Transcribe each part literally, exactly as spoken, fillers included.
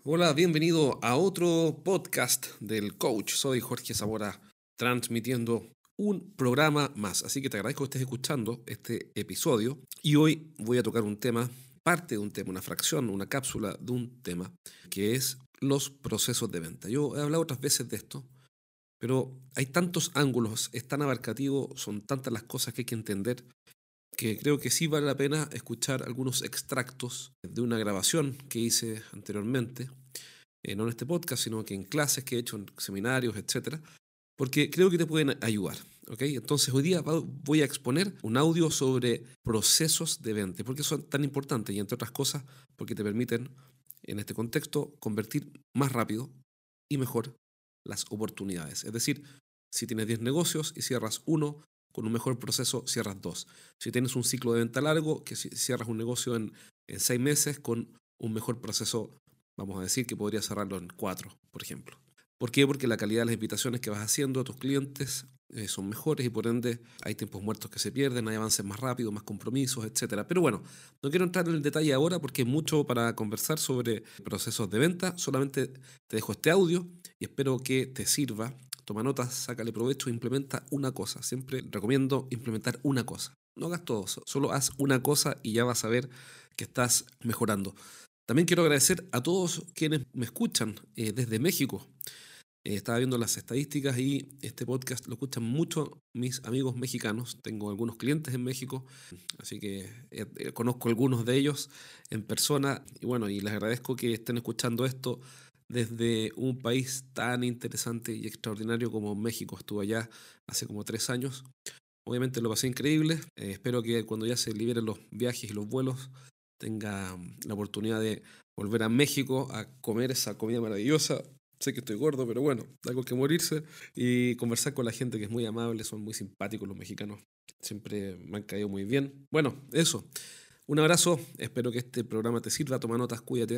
Hola, bienvenido a otro podcast del coach. Soy Jorge Zamora, transmitiendo un programa más. Así que te agradezco que estés escuchando este episodio. Y hoy voy a tocar un tema, parte de un tema, una fracción, una cápsula de un tema, que es los procesos de venta. Yo he hablado otras veces de esto, pero hay tantos ángulos, es tan abarcativo, son tantas las cosas que hay que entender, que creo que sí vale la pena escuchar algunos extractos de una grabación que hice anteriormente, eh, no en este podcast, sino que en clases que he hecho, en seminarios, etcétera, porque creo que te pueden ayudar. ¿Okay? Entonces hoy día voy a exponer un audio sobre procesos de venta, porque son tan importantes y entre otras cosas porque te permiten, en este contexto, convertir más rápido y mejor las oportunidades. Es decir, si tienes diez negocios y cierras uno, con un mejor proceso cierras dos. Si tienes un ciclo de venta largo, que cierras un negocio en, en seis meses, con un mejor proceso, vamos a decir que podrías cerrarlo en cuatro, por ejemplo. ¿Por qué? Porque la calidad de las invitaciones que vas haciendo a tus clientes eh, son mejores y por ende hay tiempos muertos que se pierden, hay avances más rápidos, más compromisos, etcétera. Pero bueno, no quiero entrar en el detalle ahora porque hay mucho para conversar sobre procesos de venta. Solamente te dejo este audio y espero que te sirva. Toma notas, sácale provecho, implementa una cosa. Siempre recomiendo implementar una cosa. No hagas todo, solo haz una cosa y ya vas a ver que estás mejorando. También quiero agradecer a todos quienes me escuchan eh, desde México. Eh, estaba viendo las estadísticas y este podcast lo escuchan mucho mis amigos mexicanos. Tengo algunos clientes en México, así que eh, eh, conozco algunos de ellos en persona. Y bueno, y les agradezco que estén escuchando esto desde un país tan interesante y extraordinario como México. Estuve allá hace como tres años. Obviamente lo pasé increíble. Eh, espero que cuando ya se liberen los viajes y los vuelos tenga la oportunidad de volver a México a comer esa comida maravillosa. Sé que estoy gordo, pero bueno, algo que morirse. Y conversar con la gente que es muy amable, son muy simpáticos los mexicanos. Siempre me han caído muy bien. Bueno, eso. Un abrazo. Espero que este programa te sirva. Toma notas, cuídate.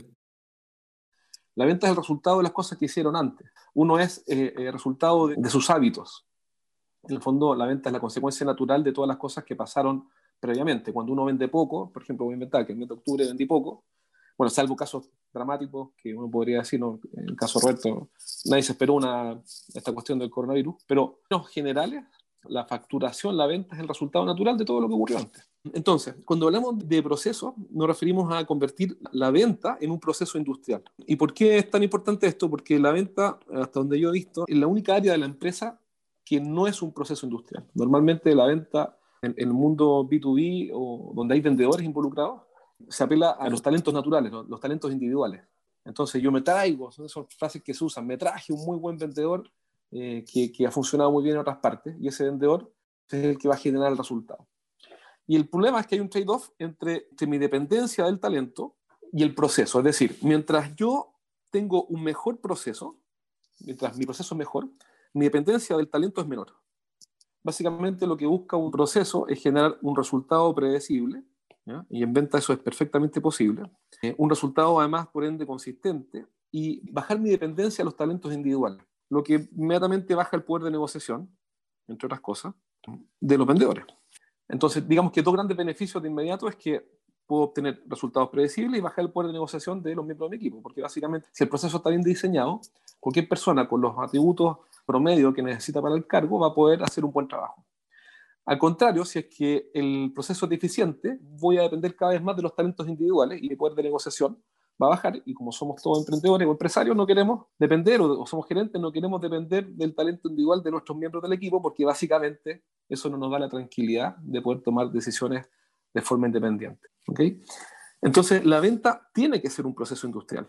La venta es el resultado de las cosas que hicieron antes. Uno es eh, el resultado de, de sus hábitos. En el fondo, la venta es la consecuencia natural de todas las cosas que pasaron previamente. Cuando uno vende poco, por ejemplo, voy a inventar que en el mes de octubre vendí poco, bueno, salvo casos dramáticos que uno podría decir, ¿no? En el caso de Roberto, nadie se esperó una, esta cuestión del coronavirus, pero en los generales, la facturación, la venta es el resultado natural de todo lo que ocurrió antes. Entonces, cuando hablamos de proceso, nos referimos a convertir la venta en un proceso industrial. ¿Y por qué es tan importante esto? Porque la venta, hasta donde yo he visto, es la única área de la empresa que no es un proceso industrial. Normalmente la venta en, en el mundo B dos B o donde hay vendedores involucrados, se apela a los talentos naturales, los, los talentos individuales. Entonces yo me traigo, son esas frases que se usan, me traje un muy buen vendedor eh, que, que ha funcionado muy bien en otras partes y ese vendedor es el que va a generar el resultado. Y el problema es que hay un trade-off entre, entre mi dependencia del talento y el proceso. Es decir, mientras yo tengo un mejor proceso, mientras mi proceso es mejor, mi dependencia del talento es menor. Básicamente lo que busca un proceso es generar un resultado predecible, ¿ya? Y en venta eso es perfectamente posible. Eh, un resultado además por ende consistente y bajar mi dependencia a los talentos individuales, lo que inmediatamente baja el poder de negociación, entre otras cosas, de los vendedores. Entonces, digamos que dos grandes beneficios de inmediato es que puedo obtener resultados predecibles y bajar el poder de negociación de los miembros de mi equipo, porque básicamente si el proceso está bien diseñado, cualquier persona con los atributos promedio que necesita para el cargo va a poder hacer un buen trabajo. Al contrario, si es que el proceso es deficiente, voy a depender cada vez más de los talentos individuales y el poder de negociación va a bajar, y como somos todos emprendedores o empresarios, no queremos depender, o, o somos gerentes, no queremos depender del talento individual de nuestros miembros del equipo, porque básicamente eso no nos da la tranquilidad de poder tomar decisiones de forma independiente. ¿Okay? Entonces, la venta tiene que ser un proceso industrial.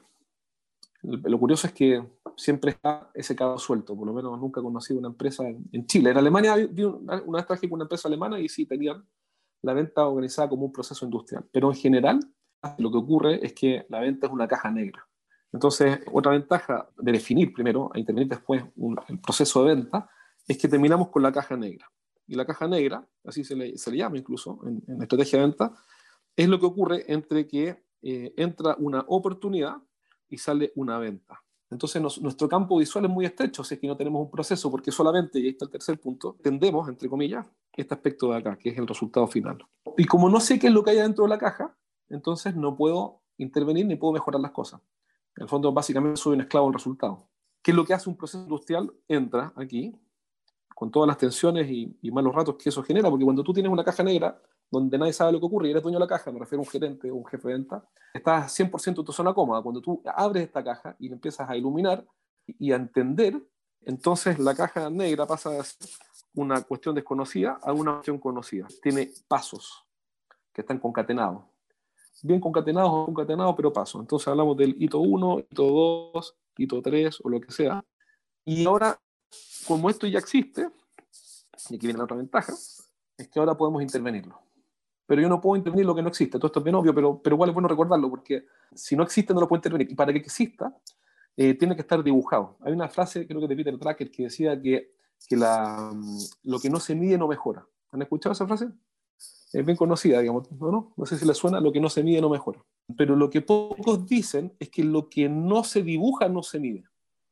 Lo curioso es que siempre está ese cabo suelto, por lo menos nunca he conocido una empresa en, en Chile. En Alemania vi una, una vez trabajé con una empresa alemana y sí tenían la venta organizada como un proceso industrial, pero en general lo que ocurre es que la venta es una caja negra. Entonces, otra ventaja de definir primero e intervenir después un, el proceso de venta es que terminamos con la caja negra. Y la caja negra, así se le, se le llama incluso en, en estrategia de venta, es lo que ocurre entre que eh, entra una oportunidad y sale una venta. Entonces nos, nuestro campo visual es muy estrecho, si es que no tenemos un proceso, porque solamente, y ahí está el tercer punto, tendemos, entre comillas, este aspecto de acá, que es el resultado final. Y como no sé qué es lo que hay dentro de la caja, entonces no puedo intervenir ni puedo mejorar las cosas. En el fondo, básicamente, soy un esclavo del resultado. ¿Qué es lo que hace un proceso industrial? Entra aquí, con todas las tensiones y, y malos ratos que eso genera, porque cuando tú tienes una caja negra, donde nadie sabe lo que ocurre, y eres dueño de la caja, me refiero a un gerente o un jefe de venta, estás cien por ciento en tu zona cómoda. Cuando tú abres esta caja y empiezas a iluminar y a entender, entonces la caja negra pasa de ser una cuestión desconocida a una cuestión conocida. Tiene pasos que están concatenados. Bien concatenados o concatenados, pero pasos. Entonces hablamos del hito uno, hito dos, hito tres o lo que sea. Y ahora, como esto ya existe, y aquí viene la otra ventaja, es que ahora podemos intervenirlo. Pero yo no puedo intervenir lo que no existe. Todo esto es bien obvio, pero, pero igual es bueno recordarlo, porque si no existe no lo puedo intervenir. Y para que exista, eh, tiene que estar dibujado. Hay una frase, creo que de Peter Drucker, que decía que, que la, lo que no se mide no mejora. ¿Han escuchado esa frase? Es bien conocida, digamos, ¿no? No, no sé si les suena, lo que no se mide no mejora. Pero lo que pocos dicen es que lo que no se dibuja no se mide.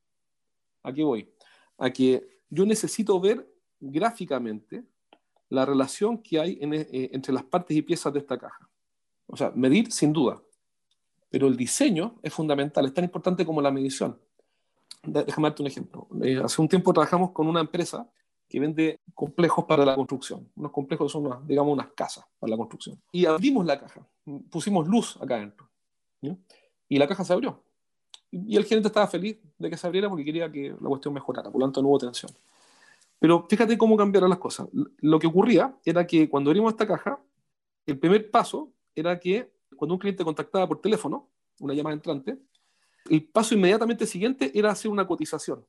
¿A qué voy? A que yo necesito ver gráficamente la relación que hay en, eh, entre las partes y piezas de esta caja. O sea, medir sin duda. Pero el diseño es fundamental, es tan importante como la medición. Déjame darte un ejemplo. Eh, hace un tiempo trabajamos con una empresa que vende complejos para la construcción. Unos complejos son, unas, digamos, unas casas para la construcción. Y abrimos la caja, pusimos luz acá adentro, ¿sí? Y la caja se abrió. Y el gerente estaba feliz de que se abriera porque quería que la cuestión mejorara, por lo tanto no hubo tensión. Pero fíjate cómo cambiaron las cosas. Lo que ocurría era que cuando abrimos esta caja, el primer paso era que cuando un cliente contactaba por teléfono, una llamada entrante, el paso inmediatamente siguiente era hacer una cotización.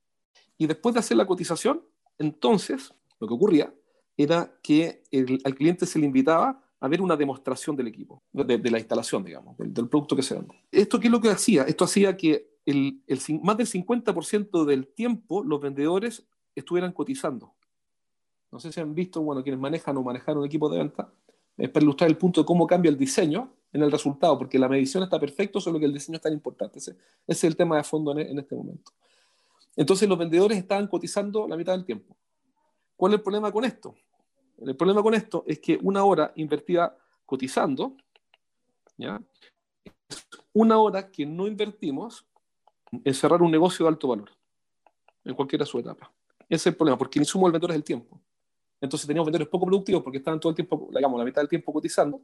Y después de hacer la cotización, entonces, lo que ocurría era que el, al cliente se le invitaba a ver una demostración del equipo, de, de la instalación, digamos, del, del producto que se vende. ¿Esto qué es lo que hacía? Esto hacía que el, el, más del cincuenta por ciento del tiempo los vendedores estuvieran cotizando. No sé si han visto, bueno, quienes manejan o manejaron un equipo de venta, es para ilustrar el punto de cómo cambia el diseño en el resultado, porque la medición está perfecta, solo que el diseño es tan importante. Ese, ese es el tema de fondo en, en este momento. Entonces los vendedores estaban cotizando la mitad del tiempo. ¿Cuál es el problema con esto? El problema con esto es que una hora invertida cotizando, ¿ya?, es una hora que no invertimos en cerrar un negocio de alto valor, en cualquiera de su etapa. Ese es el problema, porque el insumo del vendedor es el tiempo. Entonces teníamos vendedores poco productivos porque estaban todo el tiempo, digamos, la mitad del tiempo cotizando.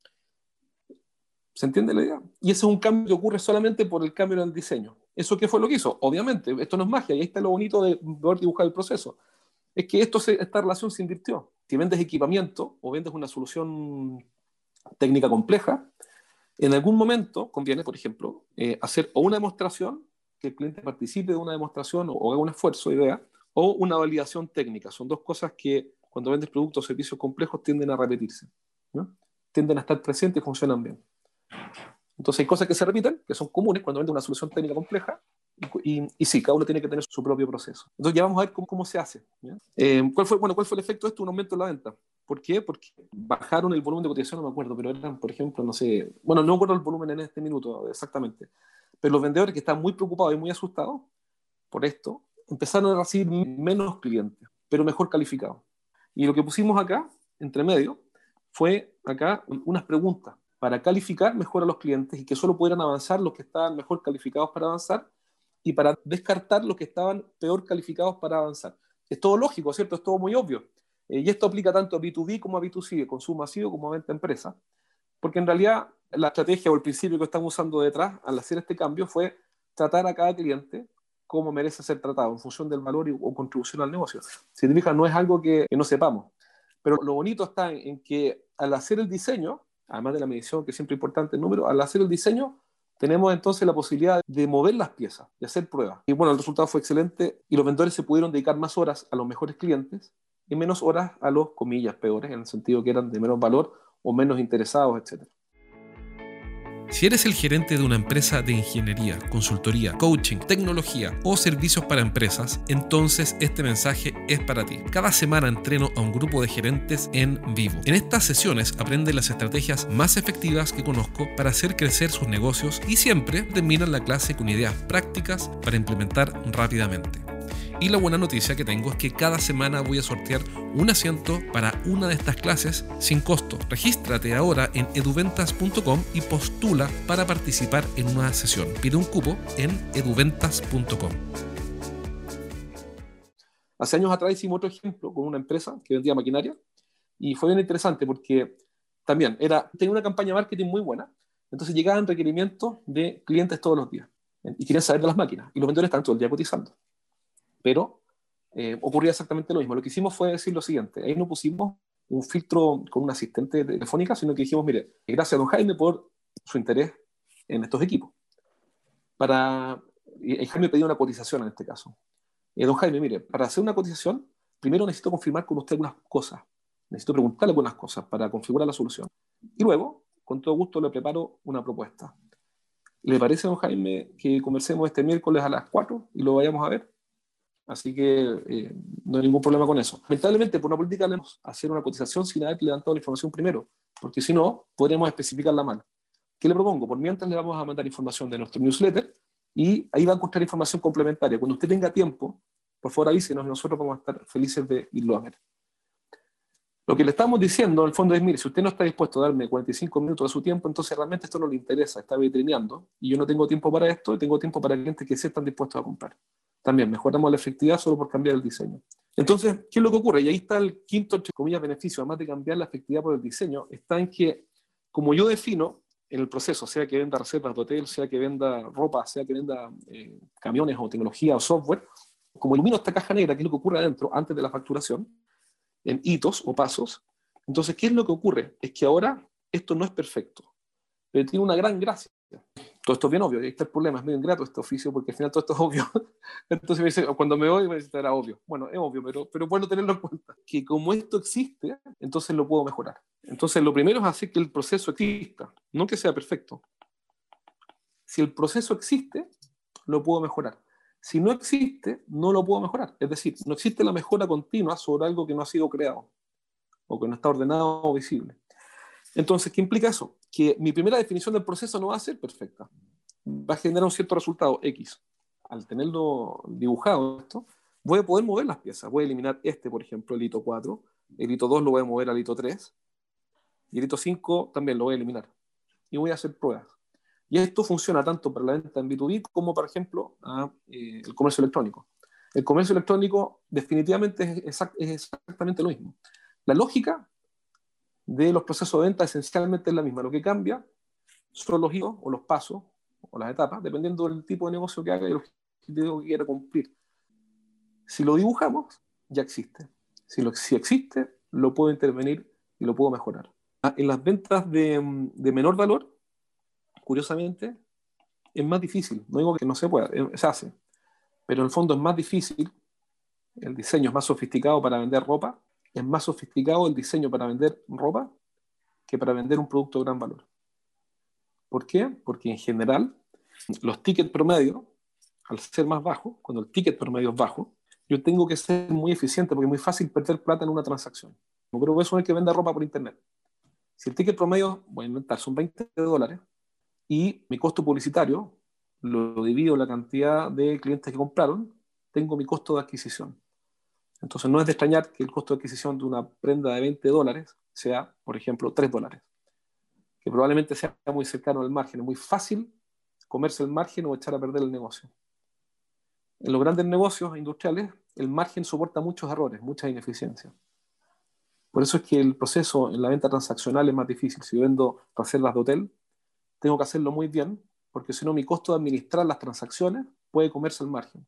¿Se entiende la idea? Y ese es un cambio que ocurre solamente por el cambio en el diseño. ¿Eso qué fue lo que hizo? Obviamente, esto no es magia, y ahí está lo bonito de poder dibujar el proceso. Es que esto se, esta relación se invirtió. Si vendes equipamiento o vendes una solución técnica compleja, en algún momento conviene, por ejemplo, eh, hacer o una demostración, que el cliente participe de una demostración o, o haga un esfuerzo y vea, o una validación técnica. Son dos cosas que cuando vendes productos o servicios complejos tienden a repetirse, ¿no? Tienden a estar presentes y funcionan bien. Entonces hay cosas que se repiten, que son comunes cuando vendes una solución técnica compleja, y, y, y sí, cada uno tiene que tener su propio proceso. Entonces ya vamos a ver cómo, cómo se hace, ¿ya? Eh, ¿cuál fue, bueno, ¿cuál fue el efecto de esto? Un aumento en la venta. ¿Por qué? Porque bajaron el volumen de cotización, no me acuerdo, pero eran, por ejemplo, no sé, bueno, no me acuerdo el volumen en este minuto exactamente, pero los vendedores que estaban muy preocupados y muy asustados por esto, empezaron a recibir menos clientes, pero mejor calificados. Y lo que pusimos acá, entre medio, fue acá unas preguntas para calificar mejor a los clientes y que solo pudieran avanzar los que estaban mejor calificados para avanzar y para descartar los que estaban peor calificados para avanzar. Es todo lógico, ¿cierto? Es todo muy obvio. Eh, y esto aplica tanto a B dos B como a B dos C, de consumo masivo como a venta empresa, porque en realidad la estrategia o el principio que estamos usando detrás al hacer este cambio fue tratar a cada cliente como merece ser tratado en función del valor y, o contribución al negocio. Si te fijas, no es algo que, que no sepamos. Pero lo bonito está en, en que al hacer el diseño, además de la medición, que es siempre importante el número, al hacer el diseño tenemos entonces la posibilidad de mover las piezas, de hacer pruebas. Y bueno, el resultado fue excelente y los vendedores se pudieron dedicar más horas a los mejores clientes y menos horas a los, comillas, peores, en el sentido que eran de menos valor o menos interesados, etcétera. Si eres el gerente de una empresa de ingeniería, consultoría, coaching, tecnología o servicios para empresas, entonces este mensaje es para ti. Cada semana entreno a un grupo de gerentes en vivo. En estas sesiones aprenden las estrategias más efectivas que conozco para hacer crecer sus negocios y siempre terminan la clase con ideas prácticas para implementar rápidamente. Y la buena noticia que tengo es que cada semana voy a sortear un asiento para una de estas clases sin costo. Regístrate ahora en eduventas punto com y postula para participar en una sesión. Pide un cupo en eduventas punto com. Hace años atrás hicimos otro ejemplo con una empresa que vendía maquinaria y fue bien interesante porque también era, tenía una campaña de marketing muy buena, entonces llegaban requerimientos de clientes todos los días y querían saber de las máquinas y los vendedores estaban todo el día cotizando. Pero eh, ocurría exactamente lo mismo. Lo que hicimos fue decir lo siguiente, ahí no pusimos un filtro con una asistente telefónica, sino que dijimos, mire, gracias a don Jaime por su interés en estos equipos. Para, y Jaime pedía una cotización en este caso. Eh, don Jaime, mire, para hacer una cotización, primero necesito confirmar con usted algunas cosas. Necesito preguntarle algunas cosas para configurar la solución. Y luego, con todo gusto, le preparo una propuesta. ¿Le parece, don Jaime, que conversemos este miércoles a las cuatro y lo vayamos a ver? Así que eh, no hay ningún problema con eso. Lamentablemente, por una política, debemos hacer una cotización sin haber levantado la información primero, porque si no, podremos especificarla mal. ¿Qué le propongo? Por mientras le vamos a mandar información de nuestro newsletter y ahí va a encontrar información complementaria. Cuando usted tenga tiempo, por favor avísenos y nosotros vamos a estar felices de irlo a ver. Lo que le estamos diciendo, en el fondo, es, mire, si usted no está dispuesto a darme cuarenta y cinco minutos de su tiempo, entonces realmente esto no le interesa, está vitrineando, y yo no tengo tiempo para esto, y tengo tiempo para clientes que sí están dispuestos a comprar. También mejoramos la efectividad solo por cambiar el diseño. Entonces, ¿qué es lo que ocurre? Y ahí está el quinto, entre comillas, beneficio, además de cambiar la efectividad por el diseño, está en que, como yo defino en el proceso, sea que venda reservas de hotel, sea que venda ropa, sea que venda eh, camiones o tecnología o software, como ilumino esta caja negra, que es lo que ocurre adentro, antes de la facturación, en hitos o pasos, entonces, ¿qué es lo que ocurre? Es que ahora esto no es perfecto, pero tiene una gran gracia. Todo esto es bien obvio, y ahí está el problema, es medio ingrato este oficio, porque al final todo esto es obvio. Entonces me dice, cuando me voy, me dice, era obvio. Bueno, es obvio, pero, pero es bueno tenerlo en cuenta. Que como esto existe, entonces lo puedo mejorar. Entonces lo primero es hacer que el proceso exista, no que sea perfecto. Si el proceso existe, lo puedo mejorar. Si no existe, no lo puedo mejorar. Es decir, no existe la mejora continua sobre algo que no ha sido creado, o que no está ordenado o visible. Entonces, ¿qué implica eso? Que mi primera definición del proceso no va a ser perfecta. Va a generar un cierto resultado X. Al tenerlo dibujado esto, voy a poder mover las piezas. Voy a eliminar este, por ejemplo, el hito cuatro. El hito dos lo voy a mover al hito tres. Y el hito cinco también lo voy a eliminar. Y voy a hacer pruebas. Y esto funciona tanto para la venta en B dos B como, por ejemplo, a, eh, el comercio electrónico. El comercio electrónico definitivamente es, exact, es exactamente lo mismo. La lógica de los procesos de venta esencialmente es la misma. Lo que cambia son los hitos o los pasos o las etapas, dependiendo del tipo de negocio que haga y el objetivo que quiera cumplir. Si lo dibujamos, ya existe. Si, lo, si existe, lo puedo intervenir y lo puedo mejorar. En las ventas de, de menor valor, curiosamente, es más difícil. No digo que no se pueda, se hace. Pero en el fondo es más difícil, el diseño es más sofisticado para vender ropa, es más sofisticado el diseño para vender ropa que para vender un producto de gran valor. ¿Por qué? Porque en general los tickets promedio, al ser más bajos, cuando el ticket promedio es bajo, yo tengo que ser muy eficiente porque es muy fácil perder plata en una transacción. No creo que eso es el que venda ropa por internet. Si el ticket promedio, voy a inventar, son veinte dólares y mi costo publicitario lo divido en la cantidad de clientes que compraron, tengo mi costo de adquisición. Entonces no es de extrañar que el costo de adquisición de una prenda de veinte dólares sea, por ejemplo, tres dólares, que probablemente sea muy cercano al margen. Es muy fácil comerse el margen o echar a perder el negocio. En los grandes negocios industriales, el margen soporta muchos errores, muchas ineficiencias. Por eso es que el proceso en la venta transaccional es más difícil. Si yo vendo reservas de hotel, tengo que hacerlo muy bien, porque si no mi costo de administrar las transacciones puede comerse el margen.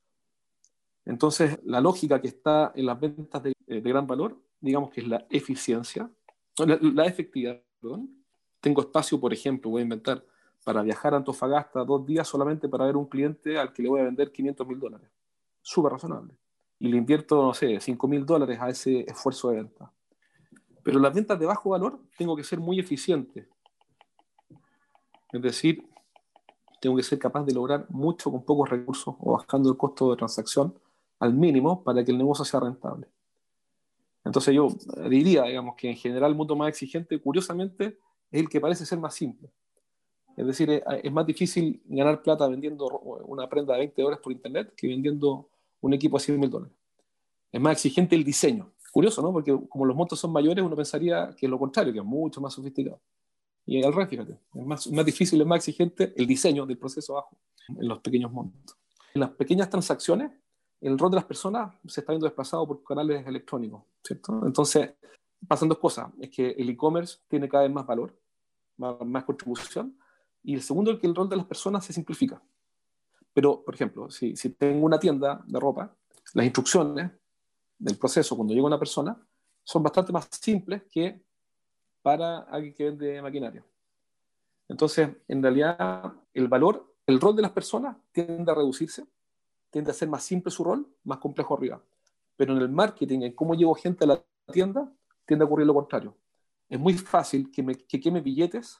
Entonces, la lógica que está en las ventas de, de gran valor, digamos que es la eficiencia, la, la efectividad, perdón. Tengo espacio, por ejemplo, voy a inventar, para viajar a Antofagasta dos días solamente para ver un cliente al que le voy a vender quinientos mil dólares. Súper razonable. Y le invierto, no sé, cinco mil dólares a ese esfuerzo de venta. Pero en las ventas de bajo valor tengo que ser muy eficiente. Es decir, tengo que ser capaz de lograr mucho con pocos recursos o bajando el costo de transacción al mínimo para que el negocio sea rentable. Entonces yo diría, digamos, que en general el mundo más exigente, curiosamente, es el que parece ser más simple. Es decir, es más difícil ganar plata vendiendo una prenda de veinte dólares por internet que vendiendo un equipo de cien mil dólares. Es más exigente el diseño. Curioso, ¿no? Porque como los montos son mayores, uno pensaría que es lo contrario, que es mucho más sofisticado. Y al revés, fíjate, es más, más difícil, es más exigente el diseño del proceso abajo, en los pequeños montos. En las pequeñas transacciones, el rol de las personas se está viendo desplazado por canales electrónicos, ¿cierto? Entonces, pasan dos cosas. Es que el e-commerce tiene cada vez más valor, más, más contribución, y el segundo es que el rol de las personas se simplifica. Pero, por ejemplo, si, si tengo una tienda de ropa, las instrucciones del proceso cuando llega una persona son bastante más simples que para alguien que vende maquinaria. Entonces, en realidad, el valor, el rol de las personas tiende a reducirse, tiende a ser más simple su rol, más complejo arriba. Pero en el marketing, en cómo llevo gente a la tienda, tiende a ocurrir lo contrario. Es muy fácil que, me, que queme billetes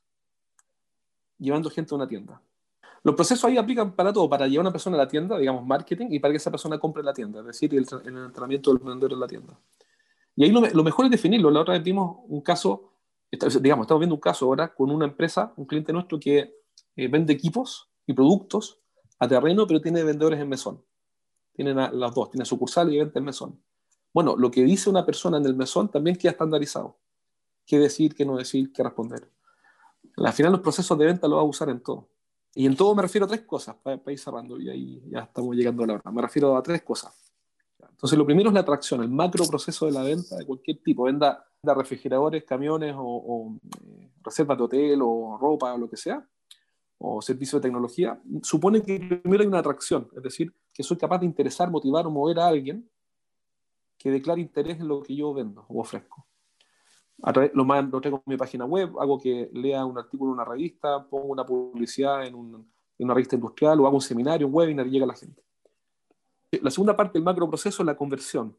llevando gente a una tienda. Los procesos ahí aplican para todo, para llevar a una persona a la tienda, digamos marketing, y para que esa persona compre en la tienda, es decir, el, el entrenamiento del vendedor en la tienda. Y ahí lo, lo mejor es definirlo. La otra vez vimos un caso, digamos, estamos viendo un caso ahora con una empresa, un cliente nuestro que eh, vende equipos y productos a terreno, pero tiene vendedores en mesón. Tienen a, las dos, tiene sucursal y venta en mesón. Bueno, lo que dice una persona en el mesón también queda estandarizado. Qué decir, qué no decir, qué responder. Al final los procesos de venta los va a usar en todo. Y en todo me refiero a tres cosas, para, para ir cerrando, y ahí ya estamos llegando a la hora. Me refiero a tres cosas. Entonces, lo primero es la atracción, el macro proceso de la venta de cualquier tipo, venda, venda refrigeradores, camiones, o, o eh, reservas de hotel, o ropa, o lo que sea, o servicio de tecnología, supone que primero hay una atracción, es decir, que soy capaz de interesar, motivar o mover a alguien que declare interés en lo que yo vendo o ofrezco. A través, lo, más, lo traigo en mi página web, hago que lea un artículo en una revista, pongo una publicidad en, un, en una revista industrial, o hago un seminario, un webinar y llega a la gente. La segunda parte del macro proceso es la conversión.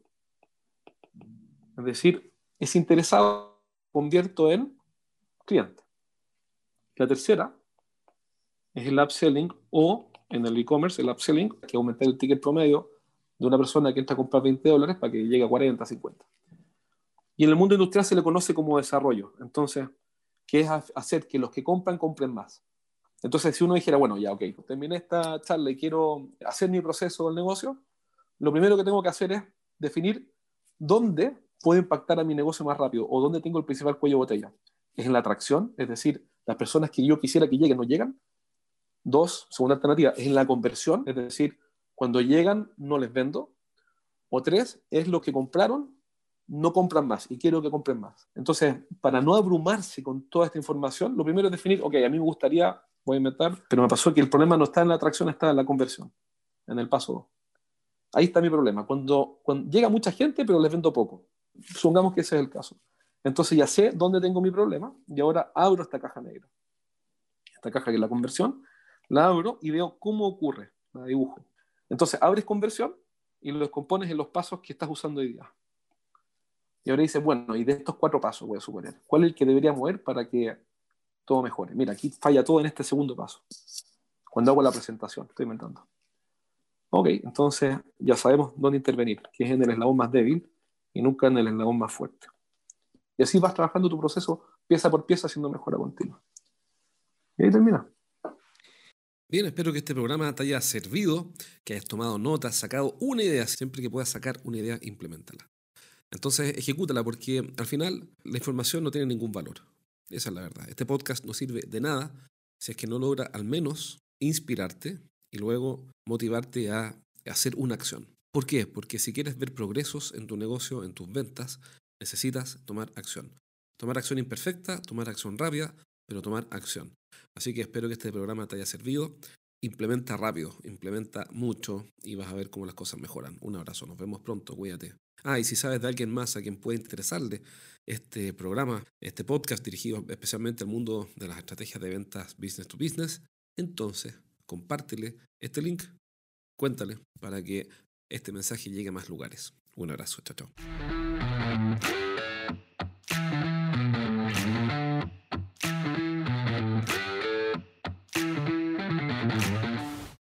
Es decir, ese interesado convierto en cliente. La tercera es el upselling, o en el e-commerce el upselling, que es aumentar el ticket promedio de una persona que entra a comprar veinte dólares para que llegue a cuarenta, cincuenta. Y en el mundo industrial se le conoce como desarrollo. Entonces, ¿qué es hacer que los que compran compren más? Entonces, si uno dijera, bueno, ya, ok, terminé esta charla y quiero hacer mi proceso del negocio, lo primero que tengo que hacer es definir dónde puedo impactar a mi negocio más rápido, o dónde tengo el principal cuello de botella. ¿Es en la atracción? Es decir, las personas que yo quisiera que lleguen no llegan. Dos, segunda alternativa, es en la conversión, es decir, cuando llegan no les vendo. O tres, es lo que compraron, no compran más y quiero que compren más. Entonces, para no abrumarse con toda esta información, lo primero es definir, ok, a mí me gustaría, voy a inventar, pero me pasó que el problema no está en la atracción, está en la conversión, en el paso dos. Ahí está mi problema. Cuando, cuando llega mucha gente, pero les vendo poco. Supongamos que ese es el caso. Entonces ya sé dónde tengo mi problema y ahora abro esta caja negra. Esta caja que es la conversión, la abro y veo cómo ocurre, la dibujo. Entonces abres conversión y lo descompones en los pasos que estás usando hoy día. Y ahora dices, bueno, y de estos cuatro pasos voy a suponer, ¿cuál es el que debería mover para que todo mejore? Mira, aquí falla todo en este segundo paso. Cuando hago la presentación, estoy inventando. Ok, entonces ya sabemos dónde intervenir, que es en el eslabón más débil y nunca en el eslabón más fuerte. Y así vas trabajando tu proceso pieza por pieza, haciendo mejora continua. Y ahí termina. Bien, espero que este programa te haya servido, que hayas tomado notas, sacado una idea. Siempre que puedas sacar una idea, implementala. Entonces, ejecútala, porque al final la información no tiene ningún valor. Esa es la verdad. Este podcast no sirve de nada si es que no logra al menos inspirarte y luego motivarte a hacer una acción. ¿Por qué? Porque si quieres ver progresos en tu negocio, en tus ventas, necesitas tomar acción. Tomar acción imperfecta, tomar acción rápida, pero tomar acción. Así que espero que este programa te haya servido. Implementa rápido, implementa mucho y vas a ver cómo las cosas mejoran. Un abrazo, nos vemos pronto, cuídate. Ah, y si sabes de alguien más a quien puede interesarle este programa, este podcast dirigido especialmente al mundo de las estrategias de ventas business to business, entonces compártele este link, cuéntale para que este mensaje llegue a más lugares. Un abrazo, chao, chao.